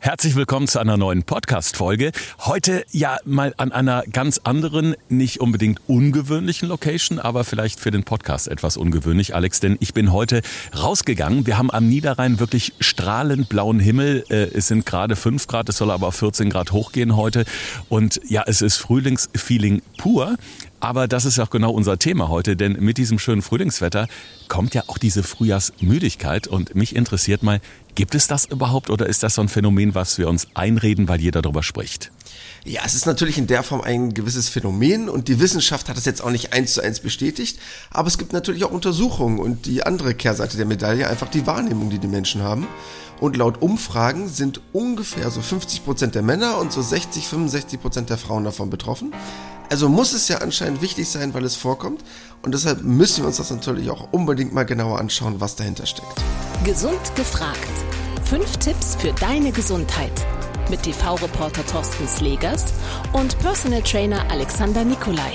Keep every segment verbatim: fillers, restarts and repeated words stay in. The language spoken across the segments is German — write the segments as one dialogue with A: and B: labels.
A: Herzlich willkommen zu einer neuen Podcast-Folge. Heute ja mal an einer ganz anderen, nicht unbedingt ungewöhnlichen Location, aber vielleicht für den Podcast etwas ungewöhnlich, Alex, denn ich bin heute rausgegangen. Wir haben am Niederrhein wirklich strahlend blauen Himmel. Es sind gerade fünf Grad, es soll aber auf vierzehn Grad hochgehen heute. Und ja, es ist Frühlingsfeeling pur. Aber das ist auch genau unser Thema heute, denn mit diesem schönen Frühlingswetter kommt ja auch diese Frühjahrsmüdigkeit. Und mich interessiert mal, gibt es das überhaupt oder ist das so ein Phänomen, was wir uns einreden, weil jeder darüber spricht?
B: Ja, es ist natürlich in der Form ein gewisses Phänomen und die Wissenschaft hat es jetzt auch nicht eins zu eins bestätigt, aber es gibt natürlich auch Untersuchungen und die andere Kehrseite der Medaille, einfach die Wahrnehmung, die die Menschen haben. Und laut Umfragen sind ungefähr so fünfzig Prozent der Männer und so sechzig, fünfundsechzig Prozent der Frauen davon betroffen. Also muss es ja anscheinend wichtig sein, weil es vorkommt und deshalb müssen wir uns das natürlich auch unbedingt mal genauer anschauen, was dahinter steckt.
C: Gesund gefragt. Fünf Tipps für deine Gesundheit. Mit T V-Reporter Thorsten Slegers und Personal Trainer Alexander Nikolai.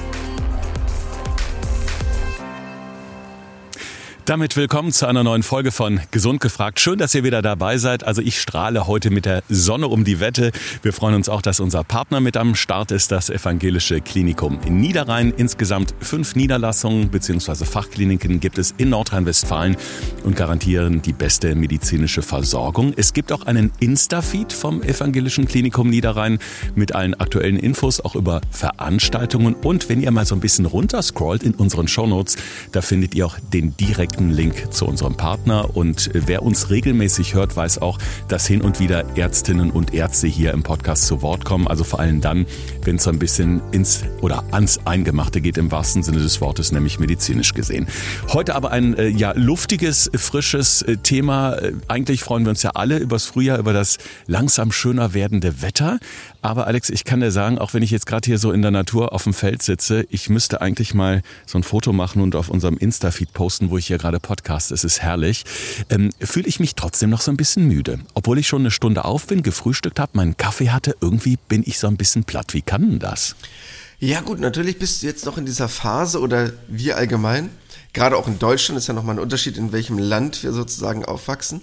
A: Damit willkommen zu einer neuen Folge von Gesund gefragt. Schön, dass ihr wieder dabei seid. Also ich strahle heute mit der Sonne um die Wette. Wir freuen uns auch, dass unser Partner mit am Start ist, das Evangelische Klinikum in Niederrhein. Insgesamt fünf Niederlassungen bzw. Fachkliniken gibt es in Nordrhein-Westfalen und garantieren die beste medizinische Versorgung. Es gibt auch einen Insta-Feed vom Evangelischen Klinikum Niederrhein mit allen aktuellen Infos, auch über Veranstaltungen. Und wenn ihr mal so ein bisschen runterscrollt in unseren Shownotes, da findet ihr auch den direkten Link zu unserem Partner und wer uns regelmäßig hört, weiß auch, dass hin und wieder Ärztinnen und Ärzte hier im Podcast zu Wort kommen, also vor allem dann, wenn es so ein bisschen ins oder ans Eingemachte geht, im wahrsten Sinne des Wortes, nämlich medizinisch gesehen. Heute aber ein äh, ja luftiges, frisches äh, Thema. Eigentlich freuen wir uns ja alle übers Frühjahr, über das langsam schöner werdende Wetter. Aber Alex, ich kann dir sagen, auch wenn ich jetzt gerade hier so in der Natur auf dem Feld sitze, ich müsste eigentlich mal so ein Foto machen und auf unserem Insta-Feed posten, wo ich hier gerade Podcast. Es ist herrlich. Ähm, fühle ich mich trotzdem noch so ein bisschen müde. Obwohl ich schon eine Stunde auf bin, gefrühstückt habe, meinen Kaffee hatte, irgendwie bin ich so ein bisschen platt. Wie kann denn das?
B: Ja gut, natürlich bist du jetzt noch in dieser Phase oder wir allgemein, gerade auch in Deutschland ist ja nochmal ein Unterschied, in welchem Land wir sozusagen aufwachsen,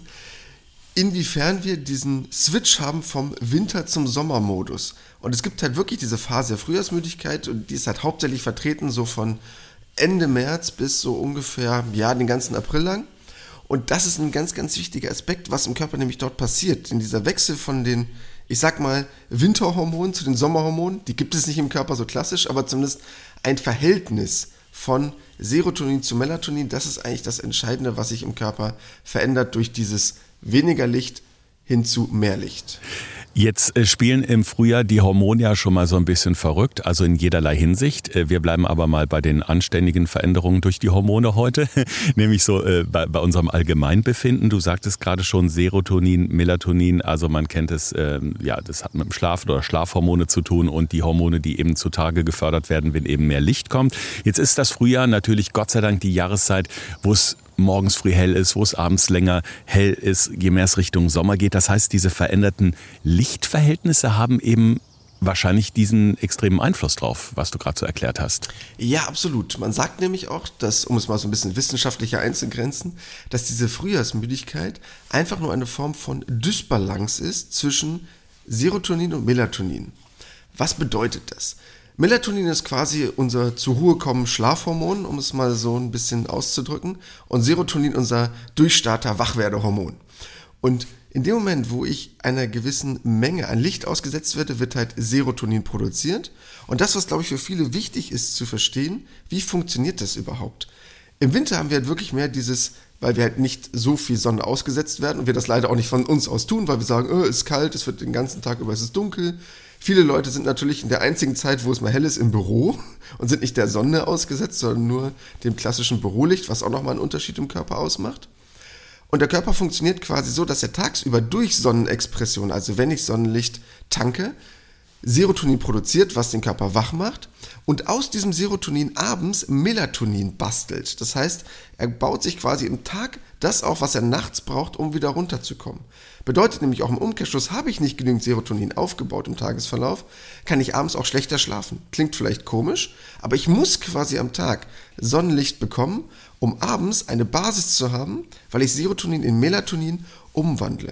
B: inwiefern wir diesen Switch haben vom Winter- zum Sommermodus. Und es gibt halt wirklich diese Phase der Frühjahrsmüdigkeit und die ist halt hauptsächlich vertreten so von Ende März bis so ungefähr, ja, den ganzen April lang. Und das ist ein ganz, ganz wichtiger Aspekt, was im Körper nämlich dort passiert. Denn dieser Wechsel von den, ich sag mal, Winterhormonen zu den Sommerhormonen, die gibt es nicht im Körper so klassisch, aber zumindest ein Verhältnis von Serotonin zu Melatonin, das ist eigentlich das Entscheidende, was sich im Körper verändert durch dieses weniger Licht hin zu mehr Licht.
A: Jetzt spielen im Frühjahr die Hormone ja schon mal so ein bisschen verrückt, also in jederlei Hinsicht. Wir bleiben aber mal bei den anständigen Veränderungen durch die Hormone heute, nämlich so äh, bei, bei unserem Allgemeinbefinden. Du sagtest gerade schon Serotonin, Melatonin, also man kennt es, äh, ja, das hat mit dem Schlaf oder Schlafhormone zu tun und die Hormone, die eben zutage gefördert werden, wenn eben mehr Licht kommt. Jetzt ist das Frühjahr natürlich Gott sei Dank die Jahreszeit, wo es morgens früh hell ist, wo es abends länger hell ist, je mehr es Richtung Sommer geht. Das heißt, diese veränderten Lichtverhältnisse haben eben wahrscheinlich diesen extremen Einfluss drauf, was du gerade so erklärt hast.
B: Ja, absolut. Man sagt nämlich auch, dass, um es mal so ein bisschen wissenschaftlicher einzugrenzen, dass diese Frühjahrsmüdigkeit einfach nur eine Form von Dysbalance ist zwischen Serotonin und Melatonin. Was bedeutet das? Melatonin ist quasi unser zur Ruhe kommen Schlafhormon, um es mal so ein bisschen auszudrücken, und Serotonin unser Durchstarter-Wachwerdehormon. Und in dem Moment, wo ich einer gewissen Menge an Licht ausgesetzt werde, wird halt Serotonin produziert. Und das, was glaube ich für viele wichtig ist zu verstehen, wie funktioniert das überhaupt? Im Winter haben wir halt wirklich mehr dieses, weil wir halt nicht so viel Sonne ausgesetzt werden und wir das leider auch nicht von uns aus tun, weil wir sagen, oh, es ist kalt, es wird den ganzen Tag über, es ist dunkel. Viele Leute sind natürlich in der einzigen Zeit, wo es mal hell ist, im Büro und sind nicht der Sonne ausgesetzt, sondern nur dem klassischen Bürolicht, was auch nochmal einen Unterschied im Körper ausmacht. Und der Körper funktioniert quasi so, dass er tagsüber durch Sonnenexpression, also wenn ich Sonnenlicht tanke, Serotonin produziert, was den Körper wach macht und aus diesem Serotonin abends Melatonin bastelt. Das heißt, er baut sich quasi im Tag das auf, was er nachts braucht, um wieder runterzukommen. Bedeutet nämlich auch im Umkehrschluss, habe ich nicht genügend Serotonin aufgebaut im Tagesverlauf, kann ich abends auch schlechter schlafen. Klingt vielleicht komisch, aber ich muss quasi am Tag Sonnenlicht bekommen, um abends eine Basis zu haben, weil ich Serotonin in Melatonin umwandle.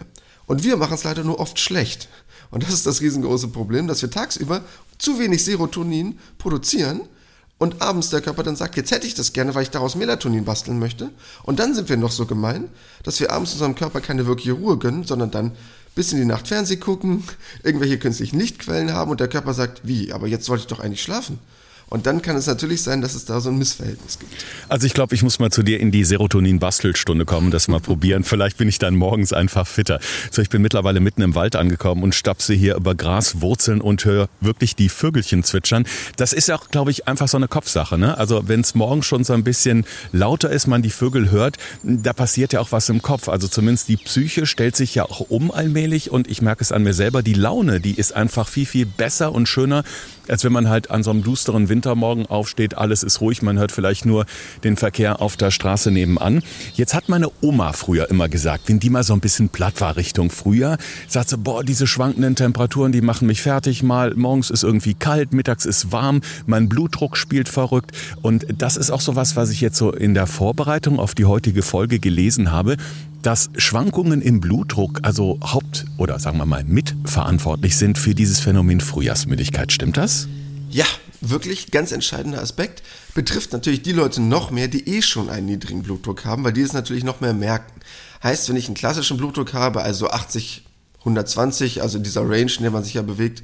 B: Und wir machen es leider nur oft schlecht. Und das ist das riesengroße Problem, dass wir tagsüber zu wenig Serotonin produzieren und abends der Körper dann sagt, jetzt hätte ich das gerne, weil ich daraus Melatonin basteln möchte. Und dann sind wir noch so gemein, dass wir abends unserem Körper keine wirkliche Ruhe gönnen, sondern dann bis in die Nacht Fernsehen gucken, irgendwelche künstlichen Lichtquellen haben und der Körper sagt, wie, aber jetzt sollte ich doch eigentlich schlafen. Und dann kann es natürlich sein, dass es da so ein Missverhältnis gibt.
A: Also ich glaube, ich muss mal zu dir in die Serotonin-Bastelstunde kommen, das mal probieren. Vielleicht bin ich dann morgens einfach fitter. So, ich bin mittlerweile mitten im Wald angekommen und stapse hier über Gras, Wurzeln und höre wirklich die Vögelchen zwitschern. Das ist auch, glaube ich, einfach so eine Kopfsache, ne? Also wenn es morgens schon so ein bisschen lauter ist, man die Vögel hört, da passiert ja auch was im Kopf. Also zumindest die Psyche stellt sich ja auch um allmählich und ich merke es an mir selber, die Laune, die ist einfach viel, viel besser und schöner, als wenn man halt an so einem dusteren Wintermorgen aufsteht, alles ist ruhig, man hört vielleicht nur den Verkehr auf der Straße nebenan. Jetzt hat meine Oma früher immer gesagt, wenn die mal so ein bisschen platt war Richtung Frühjahr, sagt sie, boah, diese schwankenden Temperaturen, die machen mich fertig, mal morgens ist irgendwie kalt, mittags ist warm, mein Blutdruck spielt verrückt und das ist auch sowas, was ich jetzt so in der Vorbereitung auf die heutige Folge gelesen habe, dass Schwankungen im Blutdruck also haupt- oder sagen wir mal mitverantwortlich sind für dieses Phänomen Frühjahrsmüdigkeit. Stimmt das?
B: Ja, wirklich ganz entscheidender Aspekt. Betrifft natürlich die Leute noch mehr, die eh schon einen niedrigen Blutdruck haben, weil die es natürlich noch mehr merken. Heißt, wenn ich einen klassischen Blutdruck habe, also achtzig, hundertzwanzig, also in dieser Range, in der man sich ja bewegt,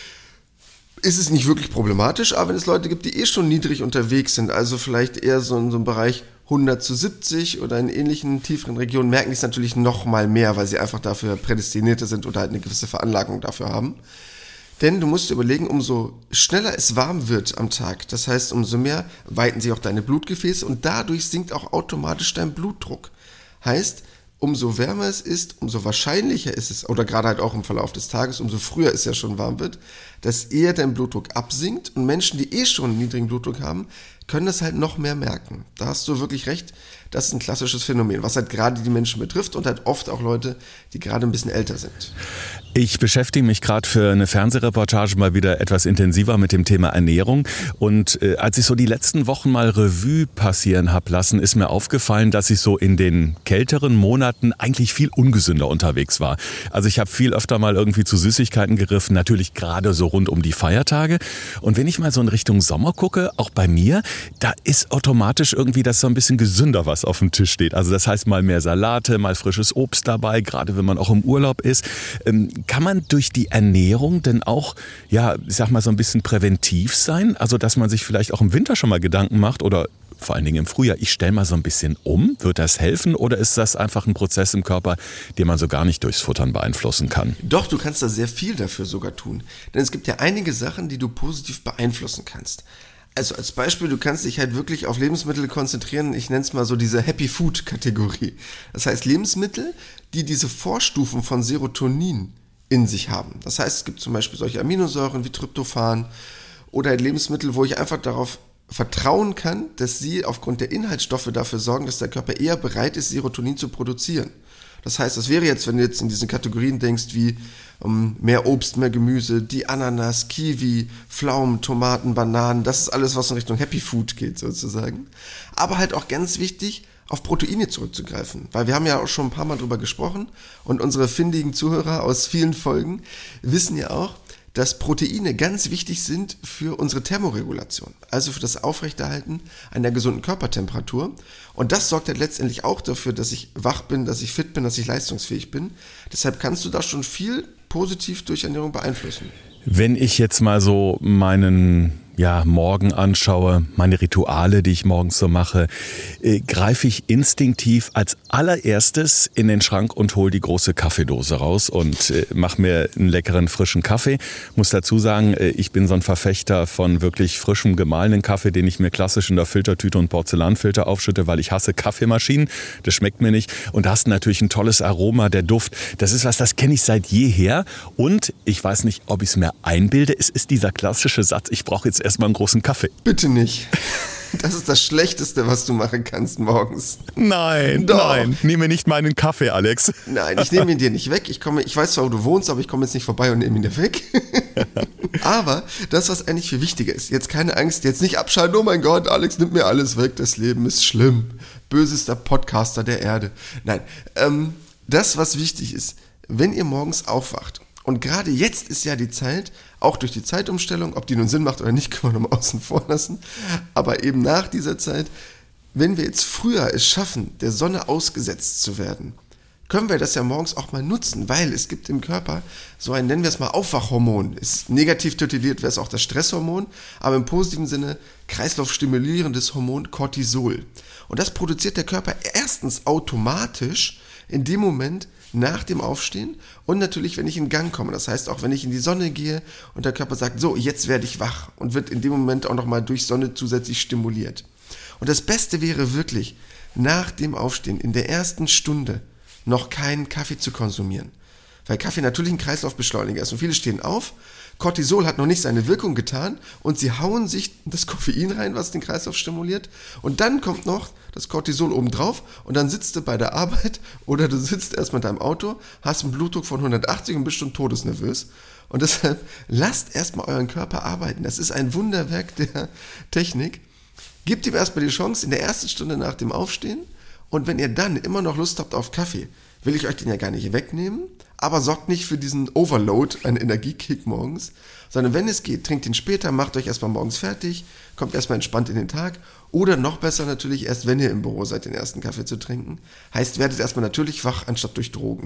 B: ist es nicht wirklich problematisch, aber wenn es Leute gibt, die eh schon niedrig unterwegs sind, also vielleicht eher so in so einem Bereich hundert zu siebzig oder in ähnlichen tieferen Regionen, merken die es natürlich noch mal mehr, weil sie einfach dafür prädestinierter sind oder halt eine gewisse Veranlagung dafür haben. Denn du musst dir überlegen, umso schneller es warm wird am Tag, das heißt, umso mehr weiten sich auch deine Blutgefäße und dadurch sinkt auch automatisch dein Blutdruck. Heißt, umso wärmer es ist, umso wahrscheinlicher ist es, oder gerade halt auch im Verlauf des Tages, umso früher es ja schon warm wird, dass eher dein Blutdruck absinkt und Menschen, die eh schon einen niedrigen Blutdruck haben, können das halt noch mehr merken. Da hast du wirklich recht, das ist ein klassisches Phänomen, was halt gerade die Menschen betrifft und halt oft auch Leute, die gerade ein bisschen älter sind.
A: Ich beschäftige mich gerade für eine Fernsehreportage mal wieder etwas intensiver mit dem Thema Ernährung und äh, als ich so die letzten Wochen mal Revue passieren habe lassen, ist mir aufgefallen, dass ich so in den kälteren Monaten eigentlich viel ungesünder unterwegs war. Also ich habe viel öfter mal irgendwie zu Süßigkeiten gegriffen, natürlich gerade so rund um die Feiertage und wenn ich mal so in Richtung Sommer gucke, auch bei mir, da ist automatisch irgendwie, dass so ein bisschen gesünder was auf dem Tisch steht. Also das heißt mal mehr Salate, mal frisches Obst dabei, gerade wenn man auch im Urlaub ist. Ähm, Kann man durch die Ernährung denn auch, ja, ich sag mal so ein bisschen präventiv sein? Also, dass man sich vielleicht auch im Winter schon mal Gedanken macht oder vor allen Dingen im Frühjahr, ich stelle mal so ein bisschen um. Wird das helfen oder ist das einfach ein Prozess im Körper, den man so gar nicht durchs Futtern beeinflussen kann?
B: Doch, du kannst da sehr viel dafür sogar tun. Denn es gibt ja einige Sachen, die du positiv beeinflussen kannst. Also als Beispiel, du kannst dich halt wirklich auf Lebensmittel konzentrieren, ich nenne es mal so diese Happy-Food-Kategorie. Das heißt Lebensmittel, die diese Vorstufen von Serotonin in sich haben. Das heißt, es gibt zum Beispiel solche Aminosäuren wie Tryptophan oder halt Lebensmittel, wo ich einfach darauf vertrauen kann, dass sie aufgrund der Inhaltsstoffe dafür sorgen, dass der Körper eher bereit ist, Serotonin zu produzieren. Das heißt, das wäre jetzt, wenn du jetzt in diesen Kategorien denkst, wie um, mehr Obst, mehr Gemüse, die Ananas, Kiwi, Pflaumen, Tomaten, Bananen, das ist alles, was in Richtung Happy Food geht sozusagen. Aber halt auch ganz wichtig, auf Proteine zurückzugreifen, weil wir haben ja auch schon ein paar Mal drüber gesprochen und unsere findigen Zuhörer aus vielen Folgen wissen ja auch, dass Proteine ganz wichtig sind für unsere Thermoregulation, also für das Aufrechterhalten einer gesunden Körpertemperatur. Und das sorgt halt letztendlich auch dafür, dass ich wach bin, dass ich fit bin, dass ich leistungsfähig bin. Deshalb kannst du da schon viel positiv durch Ernährung beeinflussen.
A: Wenn ich jetzt mal so meinen ja, Morgen anschaue, meine Rituale, die ich morgens so mache, äh, greife ich instinktiv als allererstes in den Schrank und hole die große Kaffeedose raus und äh, mache mir einen leckeren frischen Kaffee. Muss dazu sagen, äh, ich bin so ein Verfechter von wirklich frischem gemahlenen Kaffee, den ich mir klassisch in der Filtertüte und Porzellanfilter aufschütte, weil ich hasse Kaffeemaschinen. Das schmeckt mir nicht. Und da hast du natürlich ein tolles Aroma, der Duft. Das ist was, das kenne ich seit jeher. Und ich weiß nicht, ob ich es mir einbilde. Es ist dieser klassische Satz, ich brauche jetzt erstmal einen großen Kaffee.
B: Bitte nicht. Das ist das Schlechteste, was du machen kannst morgens.
A: Nein, Doch. nein, nehme nicht meinen Kaffee, Alex.
B: Nein, ich nehme ihn dir nicht weg. Ich komme, ich weiß zwar, wo du wohnst, aber ich komme jetzt nicht vorbei und nehme ihn dir weg. Aber das, was eigentlich viel wichtiger ist, jetzt keine Angst, jetzt nicht abschalten, oh mein Gott, Alex nimmt mir alles weg, das Leben ist schlimm. Bösester Podcaster der Erde. Nein, ähm, das, was wichtig ist, wenn ihr morgens aufwacht, und gerade jetzt ist ja die Zeit, auch durch die Zeitumstellung, ob die nun Sinn macht oder nicht, können wir nochmal außen vor lassen, aber eben nach dieser Zeit, wenn wir jetzt früher es schaffen, der Sonne ausgesetzt zu werden, können wir das ja morgens auch mal nutzen, weil es gibt im Körper so ein, nennen wir es mal Aufwachhormon, ist negativ tituliert, wäre es auch das Stresshormon, aber im positiven Sinne kreislaufstimulierendes Hormon Cortisol. Und das produziert der Körper erstens automatisch in dem Moment nach dem Aufstehen und natürlich, wenn ich in Gang komme. Das heißt, auch wenn ich in die Sonne gehe und der Körper sagt, so, jetzt werde ich wach und wird in dem Moment auch nochmal durch Sonne zusätzlich stimuliert. Und das Beste wäre wirklich, nach dem Aufstehen in der ersten Stunde noch keinen Kaffee zu konsumieren. Weil Kaffee natürlich ein Kreislaufbeschleuniger ist und viele stehen auf, Cortisol hat noch nicht seine Wirkung getan und sie hauen sich das Koffein rein, was den Kreislauf stimuliert und dann kommt noch das Cortisol obendrauf und dann sitzt du bei der Arbeit oder du sitzt erstmal in deinem Auto, hast einen Blutdruck von hundertachtzig und bist schon todesnervös und deshalb lasst erstmal euren Körper arbeiten. Das ist ein Wunderwerk der Technik. Gebt ihm erstmal die Chance in der ersten Stunde nach dem Aufstehen und wenn ihr dann immer noch Lust habt auf Kaffee, will ich euch den ja gar nicht wegnehmen, aber sorgt nicht für diesen Overload, einen Energiekick morgens, sondern wenn es geht, trinkt ihn später, macht euch erstmal morgens fertig, kommt erstmal entspannt in den Tag oder noch besser natürlich erst, wenn ihr im Büro seid, den ersten Kaffee zu trinken. Heißt, werdet erstmal natürlich wach, anstatt durch Drogen.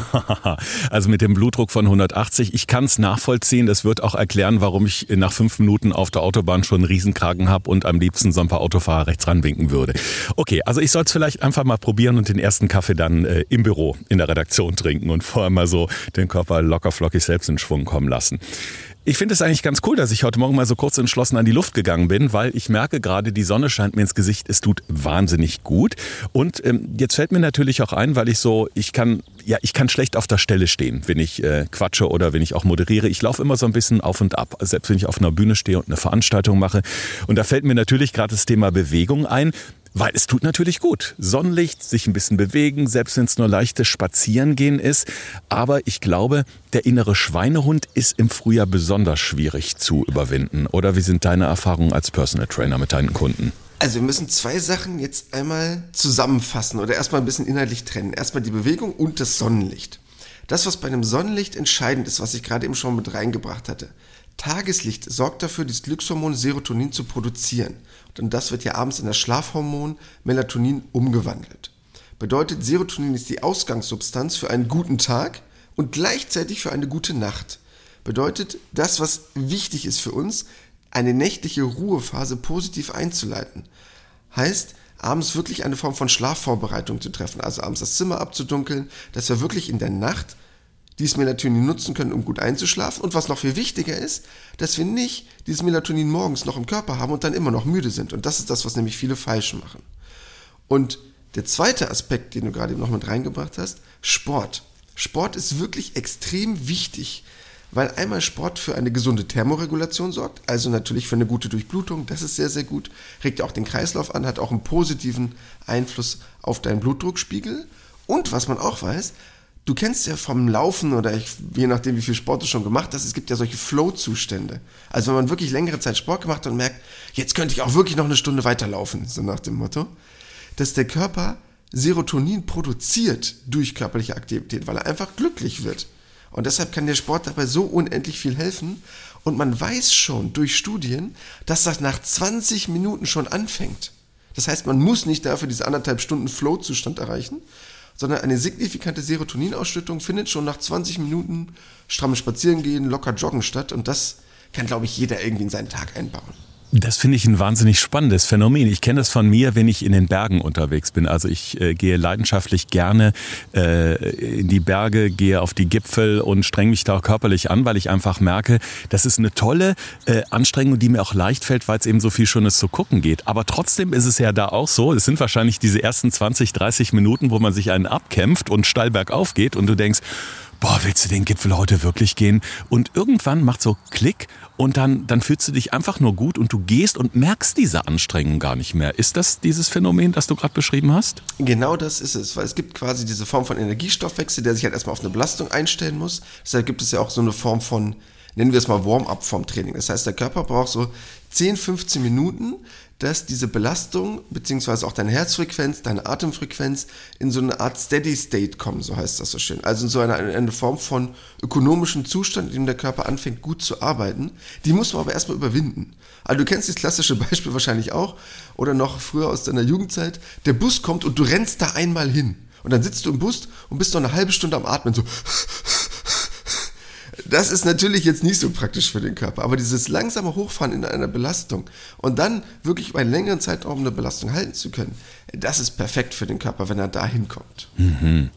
A: Also mit dem Blutdruck von hundertachtzig, ich kann es nachvollziehen, das wird auch erklären, warum ich nach fünf Minuten auf der Autobahn schon einen Riesenkragen habe und am liebsten so ein paar Autofahrer rechts ranwinken würde. Okay, also ich soll es vielleicht einfach mal probieren und den ersten Kaffee dann äh, im Büro, in der Redaktion trinken und vorher mal so den Körper locker flockig selbst in Schwung kommen lassen. Ich finde es eigentlich ganz cool, dass ich heute Morgen mal so kurz entschlossen an die Luft gegangen bin, weil ich merke gerade, die Sonne scheint mir ins Gesicht, es tut wahnsinnig gut. Und ähm, jetzt fällt mir natürlich auch ein, weil ich so, ich kann, ja, ich kann schlecht auf der Stelle stehen, wenn ich äh, quatsche oder wenn ich auch moderiere. Ich laufe immer so ein bisschen auf und ab, selbst wenn ich auf einer Bühne stehe und eine Veranstaltung mache. Und da fällt mir natürlich gerade das Thema Bewegung ein. Weil es tut natürlich gut. Sonnenlicht, sich ein bisschen bewegen, selbst wenn es nur leichtes Spazierengehen ist. Aber ich glaube, der innere Schweinehund ist im Frühjahr besonders schwierig zu überwinden. Oder wie sind deine Erfahrungen als Personal Trainer mit deinen Kunden?
B: Also wir müssen zwei Sachen jetzt einmal zusammenfassen oder erstmal ein bisschen inhaltlich trennen. Erstmal die Bewegung und das Sonnenlicht. Das, was bei einem Sonnenlicht entscheidend ist, was ich gerade eben schon mit reingebracht hatte. Tageslicht sorgt dafür, das Glückshormon Serotonin zu produzieren. Und das wird ja abends in das Schlafhormon Melatonin umgewandelt. Bedeutet, Serotonin ist die Ausgangssubstanz für einen guten Tag und gleichzeitig für eine gute Nacht. Bedeutet, das, was wichtig ist für uns, eine nächtliche Ruhephase positiv einzuleiten. Heißt, abends wirklich eine Form von Schlafvorbereitung zu treffen, also abends das Zimmer abzudunkeln, dass wir wirklich in der Nacht dieses Melatonin nutzen können, um gut einzuschlafen. Und was noch viel wichtiger ist, dass wir nicht dieses Melatonin morgens noch im Körper haben und dann immer noch müde sind. Und das ist das, was nämlich viele falsch machen. Und der zweite Aspekt, den du gerade eben noch mit reingebracht hast, Sport. Sport ist wirklich extrem wichtig, weil einmal Sport für eine gesunde Thermoregulation sorgt, also natürlich für eine gute Durchblutung, das ist sehr, sehr gut, regt auch den Kreislauf an, hat auch einen positiven Einfluss auf deinen Blutdruckspiegel. Und was man auch weiß, du kennst ja vom Laufen oder ich, je nachdem, wie viel Sport du schon gemacht hast, es gibt ja solche Flow-Zustände. Also wenn man wirklich längere Zeit Sport gemacht hat und merkt, jetzt könnte ich auch wirklich noch eine Stunde weiterlaufen, so nach dem Motto, dass der Körper Serotonin produziert durch körperliche Aktivität, weil er einfach glücklich wird. Und deshalb kann der Sport dabei so unendlich viel helfen. Und man weiß schon durch Studien, dass das nach zwanzig Minuten schon anfängt. Das heißt, man muss nicht dafür diese anderthalb Stunden Flow-Zustand erreichen, sondern eine signifikante Serotoninausschüttung findet schon nach zwanzig Minuten strammes Spazierengehen, locker Joggen statt. Und das kann, glaube ich, jeder irgendwie in seinen Tag einbauen.
A: Das finde ich ein wahnsinnig spannendes Phänomen. Ich kenne das von mir, wenn ich in den Bergen unterwegs bin. Also ich äh, gehe leidenschaftlich gerne äh, in die Berge, gehe auf die Gipfel und strenge mich da auch körperlich an, weil ich einfach merke, das ist eine tolle äh, Anstrengung, die mir auch leicht fällt, weil es eben so viel Schönes zu gucken geht. Aber trotzdem ist es ja da auch so, es sind wahrscheinlich diese ersten zwanzig, dreißig Minuten, wo man sich einen abkämpft und steil bergauf geht und du denkst, boah, willst du den Gipfel heute wirklich gehen? Und irgendwann macht so Klick und dann, dann fühlst du dich einfach nur gut und du gehst und merkst diese Anstrengung gar nicht mehr. Ist das dieses Phänomen, das du gerade beschrieben hast?
B: Genau das ist es, weil es gibt quasi diese Form von Energiestoffwechsel, der sich halt erstmal auf eine Belastung einstellen muss. Deshalb gibt es ja auch so eine Form von nennen wir es mal Warm-up vom Training. Das heißt, der Körper braucht so zehn, fünfzehn Minuten, dass diese Belastung, beziehungsweise auch deine Herzfrequenz, deine Atemfrequenz in so eine Art Steady State kommen, so heißt das so schön. Also in so eine, eine Form von ökonomischem Zustand, in dem der Körper anfängt gut zu arbeiten. Die muss man aber erstmal überwinden. Also du kennst das klassische Beispiel wahrscheinlich auch, oder noch früher aus deiner Jugendzeit, der Bus kommt und du rennst da einmal hin. Und dann sitzt du im Bus und bist noch eine halbe Stunde am Atmen, so. Das ist natürlich jetzt nicht so praktisch für den Körper, aber dieses langsame Hochfahren in einer Belastung und dann wirklich über einen längeren Zeitraum eine Belastung halten zu können, das ist perfekt für den Körper, wenn er da hinkommt.
A: Mhm.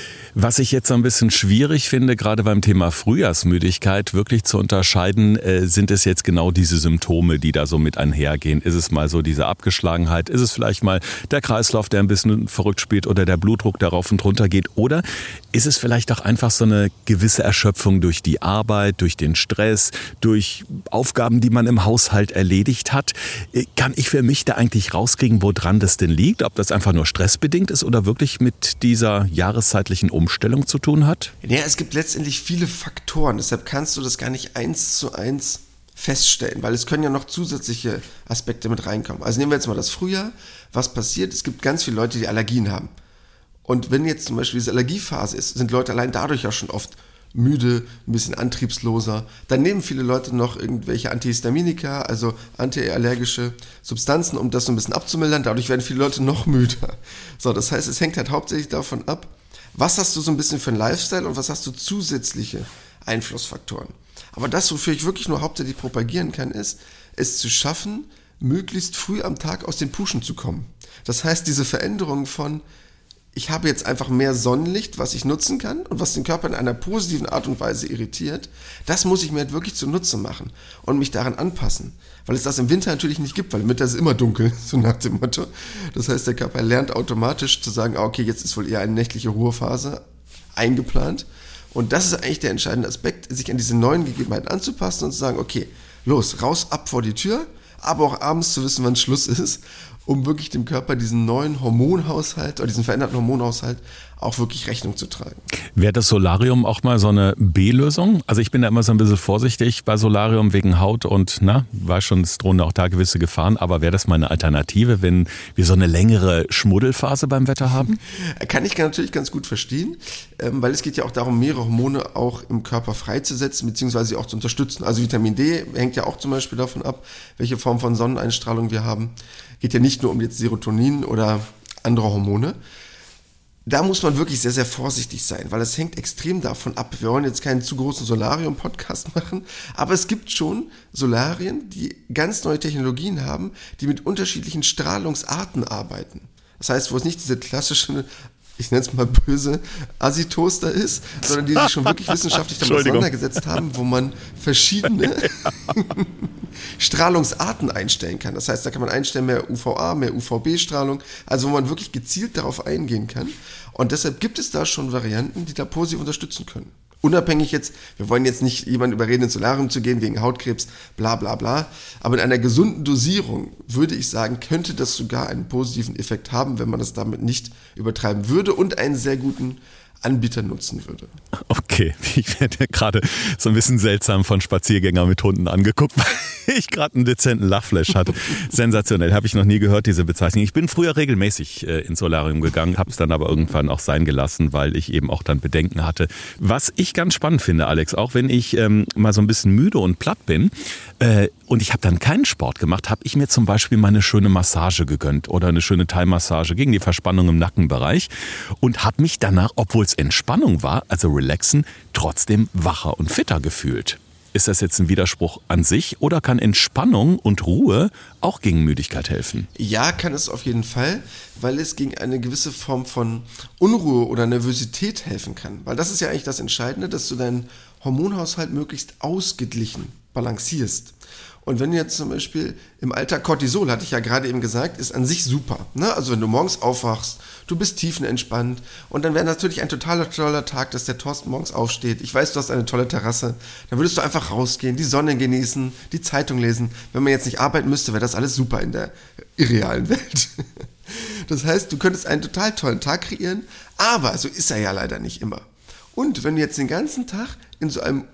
A: Was ich jetzt so ein bisschen schwierig finde, gerade beim Thema Frühjahrsmüdigkeit, wirklich zu unterscheiden, äh, sind es jetzt genau diese Symptome, die da so mit einhergehen? Ist es mal so diese Abgeschlagenheit? Ist es vielleicht mal der Kreislauf, der ein bisschen verrückt spielt oder der Blutdruck, der rauf und runter geht? Oder ist es vielleicht auch einfach so eine gewisse Erschöpfung durch die Arbeit, durch den Stress, durch Aufgaben, die man im Haushalt erledigt hat? Kann ich für mich da eigentlich rauskriegen, woran das denn liegt? Ob das einfach nur stressbedingt ist oder wirklich mit dieser jahreszeitlichen Umstellung zu tun hat?
B: Ja, es gibt letztendlich viele Faktoren, deshalb kannst du das gar nicht eins zu eins feststellen, weil es können ja noch zusätzliche Aspekte mit reinkommen. Also nehmen wir jetzt mal das Frühjahr. Was passiert? Es gibt ganz viele Leute, die Allergien haben. Und wenn jetzt zum Beispiel diese Allergiephase ist, sind Leute allein dadurch ja schon oft müde, ein bisschen antriebsloser. Dann nehmen viele Leute noch irgendwelche Antihistaminika, also antiallergische Substanzen, um das so ein bisschen abzumildern. Dadurch werden viele Leute noch müder. So, das heißt, es hängt halt hauptsächlich davon ab, was hast du so ein bisschen für einen Lifestyle und was hast du zusätzliche Einflussfaktoren. Aber das, wofür ich wirklich nur hauptsächlich propagieren kann, ist, es zu schaffen, möglichst früh am Tag aus den Puschen zu kommen. Das heißt, diese Veränderung von ich habe jetzt einfach mehr Sonnenlicht, was ich nutzen kann und was den Körper in einer positiven Art und Weise irritiert, das muss ich mir halt wirklich zunutze machen und mich daran anpassen. Weil es das im Winter natürlich nicht gibt, weil im Winter ist es immer dunkel, so nach dem Motto. Das heißt, der Körper lernt automatisch zu sagen, okay, jetzt ist wohl eher eine nächtliche Ruhephase eingeplant. Und das ist eigentlich der entscheidende Aspekt, sich an diese neuen Gegebenheiten anzupassen und zu sagen, okay, los, raus, ab vor die Tür, aber auch abends zu wissen, wann Schluss ist, um wirklich dem Körper diesen neuen Hormonhaushalt oder diesen veränderten Hormonhaushalt auch wirklich Rechnung zu tragen.
A: Wäre das Solarium auch mal so eine B-Lösung? Also ich bin da immer so ein bisschen vorsichtig bei Solarium wegen Haut und, na, weiß schon, es drohen auch da gewisse Gefahren, aber wäre das mal eine Alternative, wenn wir so eine längere Schmuddelphase beim Wetter haben?
B: Kann ich natürlich ganz gut verstehen, weil es geht ja auch darum, mehrere Hormone auch im Körper freizusetzen, beziehungsweise sie auch zu unterstützen. Also Vitamin D hängt ja auch zum Beispiel davon ab, welche Form von Sonneneinstrahlung wir haben. Geht ja nicht nur um jetzt Serotonin oder andere Hormone. Da muss man wirklich sehr, sehr vorsichtig sein, weil es hängt extrem davon ab. Wir wollen jetzt keinen zu großen Solarium-Podcast machen, aber es gibt schon Solarien, die ganz neue Technologien haben, die mit unterschiedlichen Strahlungsarten arbeiten. Das heißt, wo es nicht diese klassische, ich nenne es mal böse, Assi-Toaster ist, sondern die sich schon wirklich wissenschaftlich damit auseinandergesetzt haben, wo man verschiedene Strahlungsarten einstellen kann. Das heißt, da kann man einstellen mehr U V A, mehr U V B-Strahlung, also wo man wirklich gezielt darauf eingehen kann. Und deshalb gibt es da schon Varianten, die da positiv unterstützen können. Unabhängig jetzt, wir wollen jetzt nicht jemanden überreden, ins Solarium zu gehen wegen Hautkrebs, bla bla bla, aber in einer gesunden Dosierung würde ich sagen, könnte das sogar einen positiven Effekt haben, wenn man das damit nicht übertreiben würde und einen sehr guten Anbieter nutzen würde.
A: Okay, ich werde gerade so ein bisschen seltsam von Spaziergängern mit Hunden angeguckt, weil ich gerade einen dezenten Lachflash hatte. Sensationell, habe ich noch nie gehört, diese Bezeichnung. Ich bin früher regelmäßig äh, ins Solarium gegangen, habe es dann aber irgendwann auch sein gelassen, weil ich eben auch dann Bedenken hatte. Was ich ganz spannend finde, Alex, auch wenn ich ähm, mal so ein bisschen müde und platt bin äh, und ich habe dann keinen Sport gemacht, habe ich mir zum Beispiel mal eine schöne Massage gegönnt oder eine schöne Thai-Massage gegen die Verspannung im Nackenbereich und habe mich danach, obwohl es Entspannung war, also relaxen, trotzdem wacher und fitter gefühlt. Ist das jetzt ein Widerspruch an sich oder kann Entspannung und Ruhe auch gegen Müdigkeit helfen?
B: Ja, kann es auf jeden Fall, weil es gegen eine gewisse Form von Unruhe oder Nervosität helfen kann. Weil das ist ja eigentlich das Entscheidende, dass du deinen Hormonhaushalt möglichst ausgeglichen balancierst. Und wenn du jetzt zum Beispiel im Alltag Cortisol, hatte ich ja gerade eben gesagt, ist an sich super. Ne? Also wenn du morgens aufwachst, du bist tiefenentspannt und dann wäre natürlich ein totaler toller Tag, dass der Thorsten morgens aufsteht. Ich weiß, du hast eine tolle Terrasse. Dann würdest du einfach rausgehen, die Sonne genießen, die Zeitung lesen. Wenn man jetzt nicht arbeiten müsste, wäre das alles super in der irrealen Welt. Das heißt, du könntest einen total tollen Tag kreieren, aber so ist er ja leider nicht immer. Und wenn du jetzt den ganzen Tag in so einem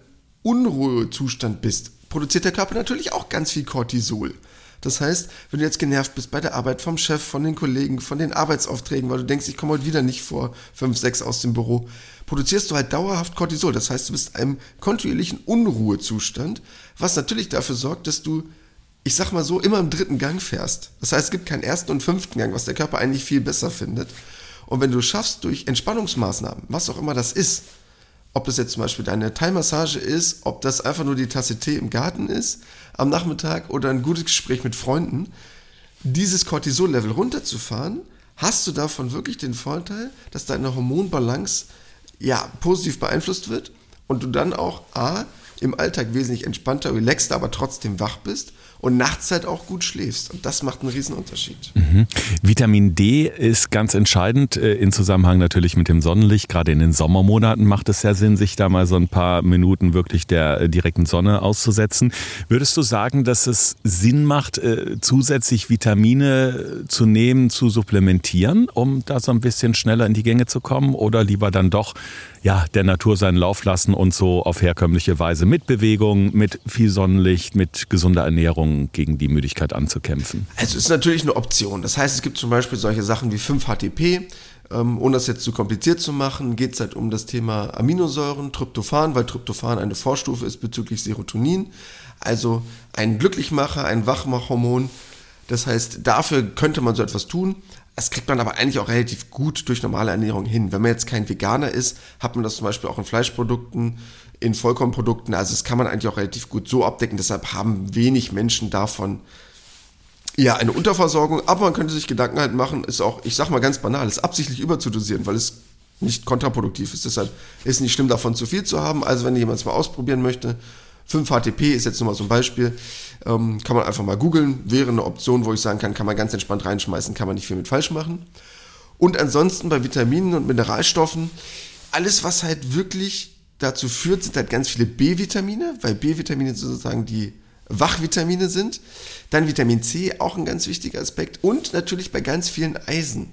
B: Unruhezustand bist, produziert der Körper natürlich auch ganz viel Cortisol. Das heißt, wenn du jetzt genervt bist bei der Arbeit vom Chef, von den Kollegen, von den Arbeitsaufträgen, weil du denkst, ich komme heute wieder nicht vor fünf, sechs aus dem Büro, produzierst du halt dauerhaft Cortisol. Das heißt, du bist in einem kontinuierlichen Unruhezustand, was natürlich dafür sorgt, dass du, ich sag mal so, immer im dritten Gang fährst. Das heißt, es gibt keinen ersten und fünften Gang, was der Körper eigentlich viel besser findet. Und wenn du schaffst, durch Entspannungsmaßnahmen, was auch immer das ist, ob das jetzt zum Beispiel deine Thai-Massage ist, ob das einfach nur die Tasse Tee im Garten ist am Nachmittag oder ein gutes Gespräch mit Freunden, dieses Cortisol-Level runterzufahren, hast du davon wirklich den Vorteil, dass deine Hormonbalance ja positiv beeinflusst wird und du dann auch A, im Alltag wesentlich entspannter, relaxter, aber trotzdem wach bist und nachts halt auch gut schläfst. Und das macht einen riesen Unterschied.
A: Mhm. Vitamin D ist ganz entscheidend äh, in Zusammenhang natürlich mit dem Sonnenlicht. Gerade in den Sommermonaten macht es ja Sinn, sich da mal so ein paar Minuten wirklich der äh, direkten Sonne auszusetzen. Würdest du sagen, dass es Sinn macht, äh, zusätzlich Vitamine äh, zu nehmen, zu supplementieren, um da so ein bisschen schneller in die Gänge zu kommen? Oder lieber dann doch ja, der Natur seinen Lauf lassen und so auf herkömmliche Weise mit Bewegung, mit viel Sonnenlicht, mit gesunder Ernährung gegen die Müdigkeit anzukämpfen?
B: Also es ist natürlich eine Option. Das heißt, es gibt zum Beispiel solche Sachen wie fünf H T P. Ähm, ohne das jetzt zu kompliziert zu machen, geht es halt um das Thema Aminosäuren, Tryptophan, weil Tryptophan eine Vorstufe ist bezüglich Serotonin. Also ein Glücklichmacher, ein Wachmachhormon. Das heißt, dafür könnte man so etwas tun. Das kriegt man aber eigentlich auch relativ gut durch normale Ernährung hin. Wenn man jetzt kein Veganer ist, hat man das zum Beispiel auch in Fleischprodukten, in Vollkornprodukten. Also das kann man eigentlich auch relativ gut so abdecken. Deshalb haben wenig Menschen davon ja eine Unterversorgung. Aber man könnte sich Gedanken halt machen, ist auch, ich sag mal ganz banal, ist absichtlich überzudosieren, weil es nicht kontraproduktiv ist. Deshalb ist es nicht schlimm, davon zu viel zu haben. Also wenn jemand es mal ausprobieren möchte, fünf H T P ist jetzt nur mal so ein Beispiel, ähm, kann man einfach mal googeln, wäre eine Option, wo ich sagen kann, kann man ganz entspannt reinschmeißen, kann man nicht viel mit falsch machen. Und ansonsten bei Vitaminen und Mineralstoffen, alles was halt wirklich dazu führt, sind halt ganz viele B-Vitamine, weil B-Vitamine sozusagen die Wachvitamine sind. Dann Vitamin C, auch ein ganz wichtiger Aspekt und natürlich bei ganz vielen Eisen.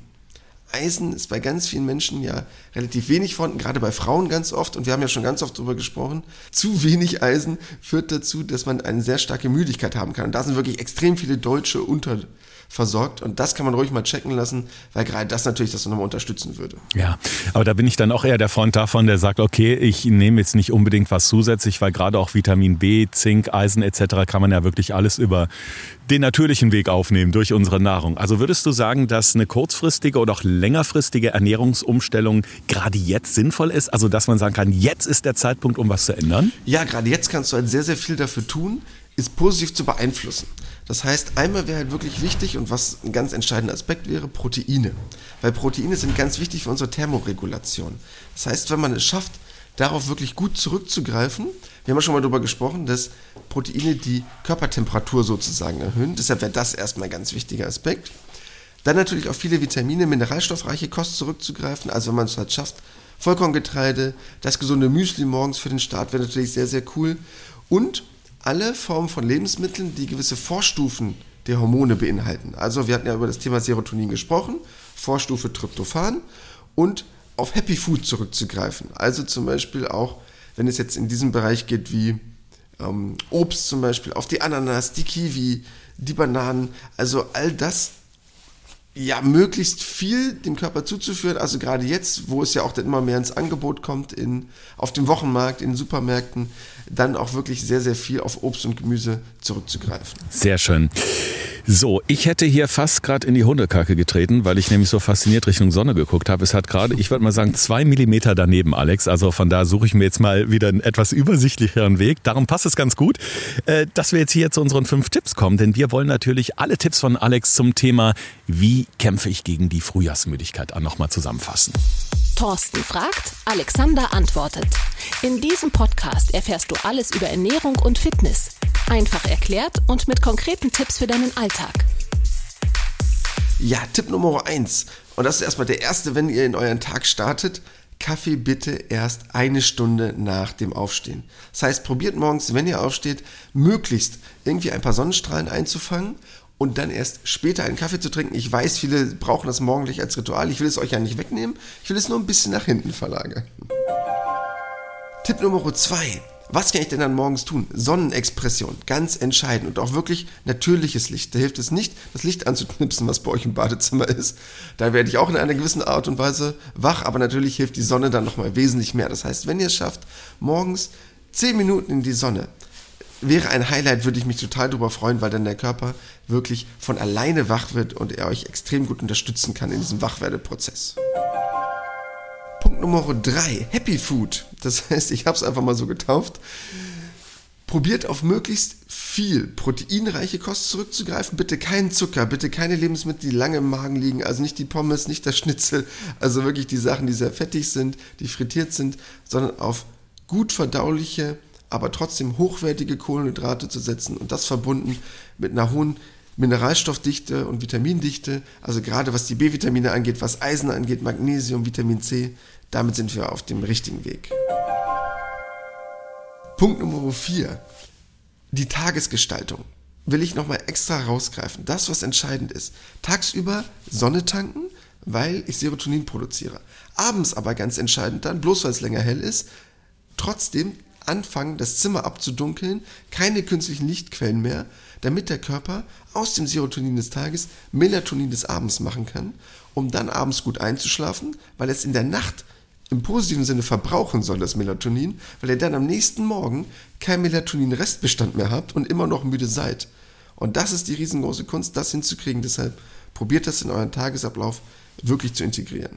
B: Eisen ist bei ganz vielen Menschen ja relativ wenig vorhanden, gerade bei Frauen ganz oft. Und wir haben ja schon ganz oft darüber gesprochen. Zu wenig Eisen führt dazu, dass man eine sehr starke Müdigkeit haben kann. Und da sind wirklich extrem viele Deutsche unterversorgt. Und das kann man ruhig mal checken lassen, weil gerade das natürlich das nochmal unterstützen würde.
A: Ja, aber da bin ich dann auch eher der Freund davon, der sagt, okay, ich nehme jetzt nicht unbedingt was zusätzlich, weil gerade auch Vitamin B, Zink, Eisen et cetera kann man ja wirklich alles über den natürlichen Weg aufnehmen durch unsere Nahrung. Also würdest du sagen, dass eine kurzfristige oder auch längerfristige Ernährungsumstellung gerade jetzt sinnvoll ist? Also dass man sagen kann, jetzt ist der Zeitpunkt, um was zu ändern?
B: Ja, gerade jetzt kannst du halt sehr, sehr viel dafür tun, es positiv zu beeinflussen. Das heißt, einmal wäre halt wirklich wichtig und was ein ganz entscheidender Aspekt wäre, Proteine. Weil Proteine sind ganz wichtig für unsere Thermoregulation. Das heißt, wenn man es schafft, darauf wirklich gut zurückzugreifen, wir haben ja schon mal darüber gesprochen, dass Proteine die Körpertemperatur sozusagen erhöhen. Deshalb wäre das erstmal ein ganz wichtiger Aspekt. Dann natürlich auf viele Vitamine, mineralstoffreiche Kost zurückzugreifen. Also wenn man es halt schafft, Vollkorngetreide, das gesunde Müsli morgens für den Start wäre natürlich sehr, sehr cool. Und alle Formen von Lebensmitteln, die gewisse Vorstufen der Hormone beinhalten. Also wir hatten ja über das Thema Serotonin gesprochen, Vorstufe Tryptophan und auf Happy Food zurückzugreifen. Also zum Beispiel auch, wenn es jetzt in diesem Bereich geht wie ähm, Obst zum Beispiel, auf die Ananas, die Kiwi, die Bananen, also all das ja möglichst viel dem Körper zuzuführen, also gerade jetzt, wo es ja auch dann immer mehr ins Angebot kommt, in, auf dem Wochenmarkt, in Supermärkten, dann auch wirklich sehr, sehr viel auf Obst und Gemüse zurückzugreifen.
A: Sehr schön. So, ich hätte hier fast gerade in die Hundekacke getreten, weil ich nämlich so fasziniert Richtung Sonne geguckt habe. Es hat gerade, ich würde mal sagen, zwei Millimeter daneben, Alex. Also von da suche ich mir jetzt mal wieder einen etwas übersichtlicheren Weg. Darum passt es ganz gut, dass wir jetzt hier zu unseren fünf Tipps kommen. Denn wir wollen natürlich alle Tipps von Alex zum Thema, wie kämpfe ich gegen die Frühjahrsmüdigkeit an, nochmal zusammenfassen.
C: Thorsten fragt, Alexander antwortet. In diesem Podcast erfährst du alles über Ernährung und Fitness. Einfach erklärt und mit konkreten Tipps für deinen Alltag.
B: Ja, Tipp Nummer eins. Und das ist erstmal der erste, wenn ihr in euren Tag startet. Kaffee bitte erst eine Stunde nach dem Aufstehen. Das heißt, probiert morgens, wenn ihr aufsteht, möglichst irgendwie ein paar Sonnenstrahlen einzufangen und dann erst später einen Kaffee zu trinken. Ich weiß, viele brauchen das morgendlich als Ritual. Ich will es euch ja nicht wegnehmen. Ich will es nur ein bisschen nach hinten verlagern. Tipp Nummer zwei. Was kann ich denn dann morgens tun? Sonnenexpression, ganz entscheidend und auch wirklich natürliches Licht. Da hilft es nicht, das Licht anzuknipsen, was bei euch im Badezimmer ist. Da werde ich auch in einer gewissen Art und Weise wach, aber natürlich hilft die Sonne dann nochmal wesentlich mehr. Das heißt, wenn ihr es schafft, morgens zehn Minuten in die Sonne, wäre ein Highlight, würde ich mich total darüber freuen, weil dann der Körper wirklich von alleine wach wird und er euch extrem gut unterstützen kann in diesem Wachwerdeprozess. Punkt Nummer drei, Happy Food. Das heißt, ich habe es einfach mal so getauft. Probiert auf möglichst viel proteinreiche Kost zurückzugreifen. Bitte keinen Zucker, bitte keine Lebensmittel, die lange im Magen liegen. Also nicht die Pommes, nicht das Schnitzel. Also wirklich die Sachen, die sehr fettig sind, die frittiert sind, sondern auf gut verdauliche, aber trotzdem hochwertige Kohlenhydrate zu setzen. Und das verbunden mit einer hohen Mineralstoffdichte und Vitamindichte, also gerade was die B-Vitamine angeht, was Eisen angeht, Magnesium, Vitamin C, damit sind wir auf dem richtigen Weg. Punkt Nummer vier, die Tagesgestaltung. Will ich nochmal extra rausgreifen. Das, was entscheidend ist. Tagsüber Sonne tanken, weil ich Serotonin produziere. Abends aber ganz entscheidend dann, bloß weil es länger hell ist, trotzdem anfangen, das Zimmer abzudunkeln, keine künstlichen Lichtquellen mehr, damit der Körper aus dem Serotonin des Tages Melatonin des Abends machen kann, um dann abends gut einzuschlafen, weil es in der Nacht im positiven Sinne verbrauchen soll, das Melatonin, weil ihr dann am nächsten Morgen kein Melatonin-Restbestand mehr habt und immer noch müde seid. Und das ist die riesengroße Kunst, das hinzukriegen. Deshalb probiert das in euren Tagesablauf wirklich zu integrieren.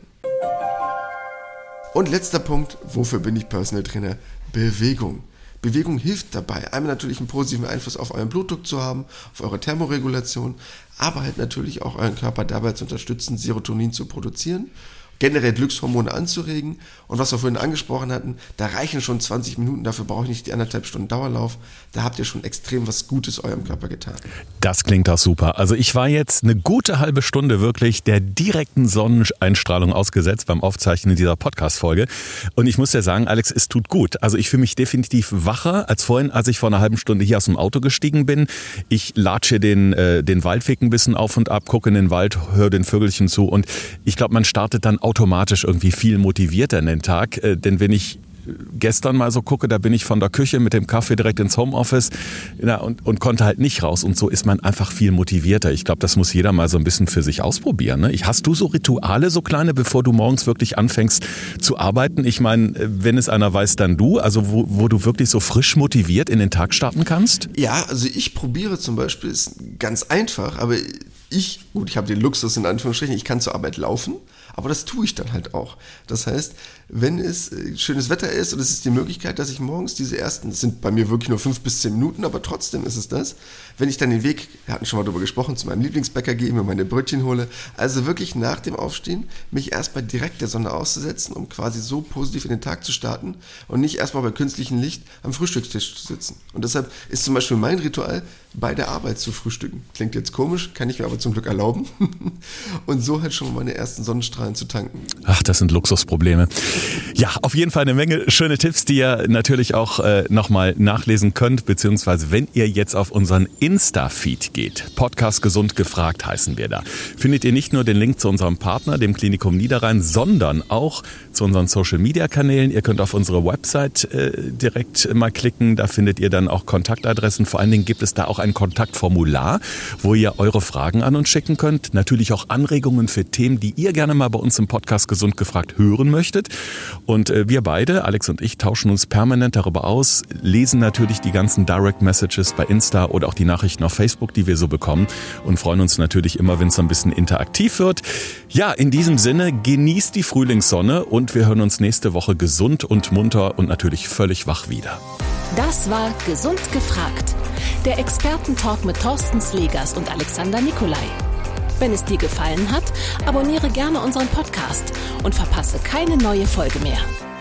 B: Und letzter Punkt, wofür bin ich Personal Trainer? Bewegung. Bewegung hilft dabei, einmal natürlich einen positiven Einfluss auf euren Blutdruck zu haben, auf eure Thermoregulation, aber halt natürlich auch euren Körper dabei zu unterstützen, Serotonin zu produzieren, generell Glückshormone anzuregen und was wir vorhin angesprochen hatten, da reichen schon zwanzig Minuten, dafür brauche ich nicht die anderthalb Stunden Dauerlauf, da habt ihr schon extrem was Gutes eurem Körper getan.
A: Das klingt auch super. Also ich war jetzt eine gute halbe Stunde wirklich der direkten Sonneneinstrahlung ausgesetzt beim Aufzeichnen dieser Podcast-Folge und ich muss ja sagen, Alex, es tut gut. Also ich fühle mich definitiv wacher als vorhin, als ich vor einer halben Stunde hier aus dem Auto gestiegen bin. Ich latsche den, äh, den Waldweg ein bisschen auf und ab, gucke in den Wald, höre den Vögelchen zu und ich glaube, man startet dann automatisch irgendwie viel motivierter in den Tag, äh, denn wenn ich gestern mal so gucke, da bin ich von der Küche mit dem Kaffee direkt ins Homeoffice ja, und, und konnte halt nicht raus und so ist man einfach viel motivierter. Ich glaube, das muss jeder mal so ein bisschen für sich ausprobieren. Ne? Hast du so Rituale, so kleine, bevor du morgens wirklich anfängst zu arbeiten? Ich meine, wenn es einer weiß, dann du, also wo, wo du wirklich so frisch motiviert in den Tag starten kannst?
B: Ja, also ich probiere zum Beispiel, ist ganz einfach, aber ich, gut, ich habe den Luxus in Anführungsstrichen, ich kann zur Arbeit laufen, aber das tue ich dann halt auch. Das heißt, wenn es schönes Wetter ist und es ist die Möglichkeit, dass ich morgens diese ersten, das sind bei mir wirklich nur fünf bis zehn Minuten, aber trotzdem ist es das, wenn ich dann den Weg, wir hatten schon mal darüber gesprochen, zu meinem Lieblingsbäcker gehe, mir meine Brötchen hole, also wirklich nach dem Aufstehen, mich erstmal direkt der Sonne auszusetzen, um quasi so positiv in den Tag zu starten und nicht erstmal bei künstlichem Licht am Frühstückstisch zu sitzen. Und deshalb ist zum Beispiel mein Ritual, bei der Arbeit zu frühstücken. Klingt jetzt komisch, kann ich mir aber zum Glück erlauben. Und so halt schon meine ersten Sonnenstrahlen zu tanken.
A: Ach, das sind Luxusprobleme. Ja, auf jeden Fall eine Menge schöne Tipps, die ihr natürlich auch äh, nochmal nachlesen könnt, beziehungsweise wenn ihr jetzt auf unseren Insta-Feed geht, Podcast Gesund gefragt heißen wir da, findet ihr nicht nur den Link zu unserem Partner, dem Klinikum Niederrhein, sondern auch zu unseren Social-Media-Kanälen. Ihr könnt auf unsere Website äh, direkt mal klicken, da findet ihr dann auch Kontaktadressen. Vor allen Dingen gibt es da auch ein Kontaktformular, wo ihr eure Fragen an uns schicken könnt. Natürlich auch Anregungen für Themen, die ihr gerne mal bei uns im Podcast Gesund gefragt hören möchtet. Und äh, wir beide, Alex und ich, tauschen uns permanent darüber aus, lesen natürlich die ganzen Direct Messages bei Insta oder auch die Nachrichten auf Facebook, die wir so bekommen und freuen uns natürlich immer, wenn es so ein bisschen interaktiv wird. Ja, in diesem Sinne, genießt die Frühlingssonne und wir hören uns nächste Woche gesund und munter und natürlich völlig wach wieder.
C: Das war Gesund gefragt. Der Expertentalk mit Thorsten Slegers und Alexander Nikolai. Wenn es dir gefallen hat, abonniere gerne unseren Podcast und verpasse keine neue Folge mehr.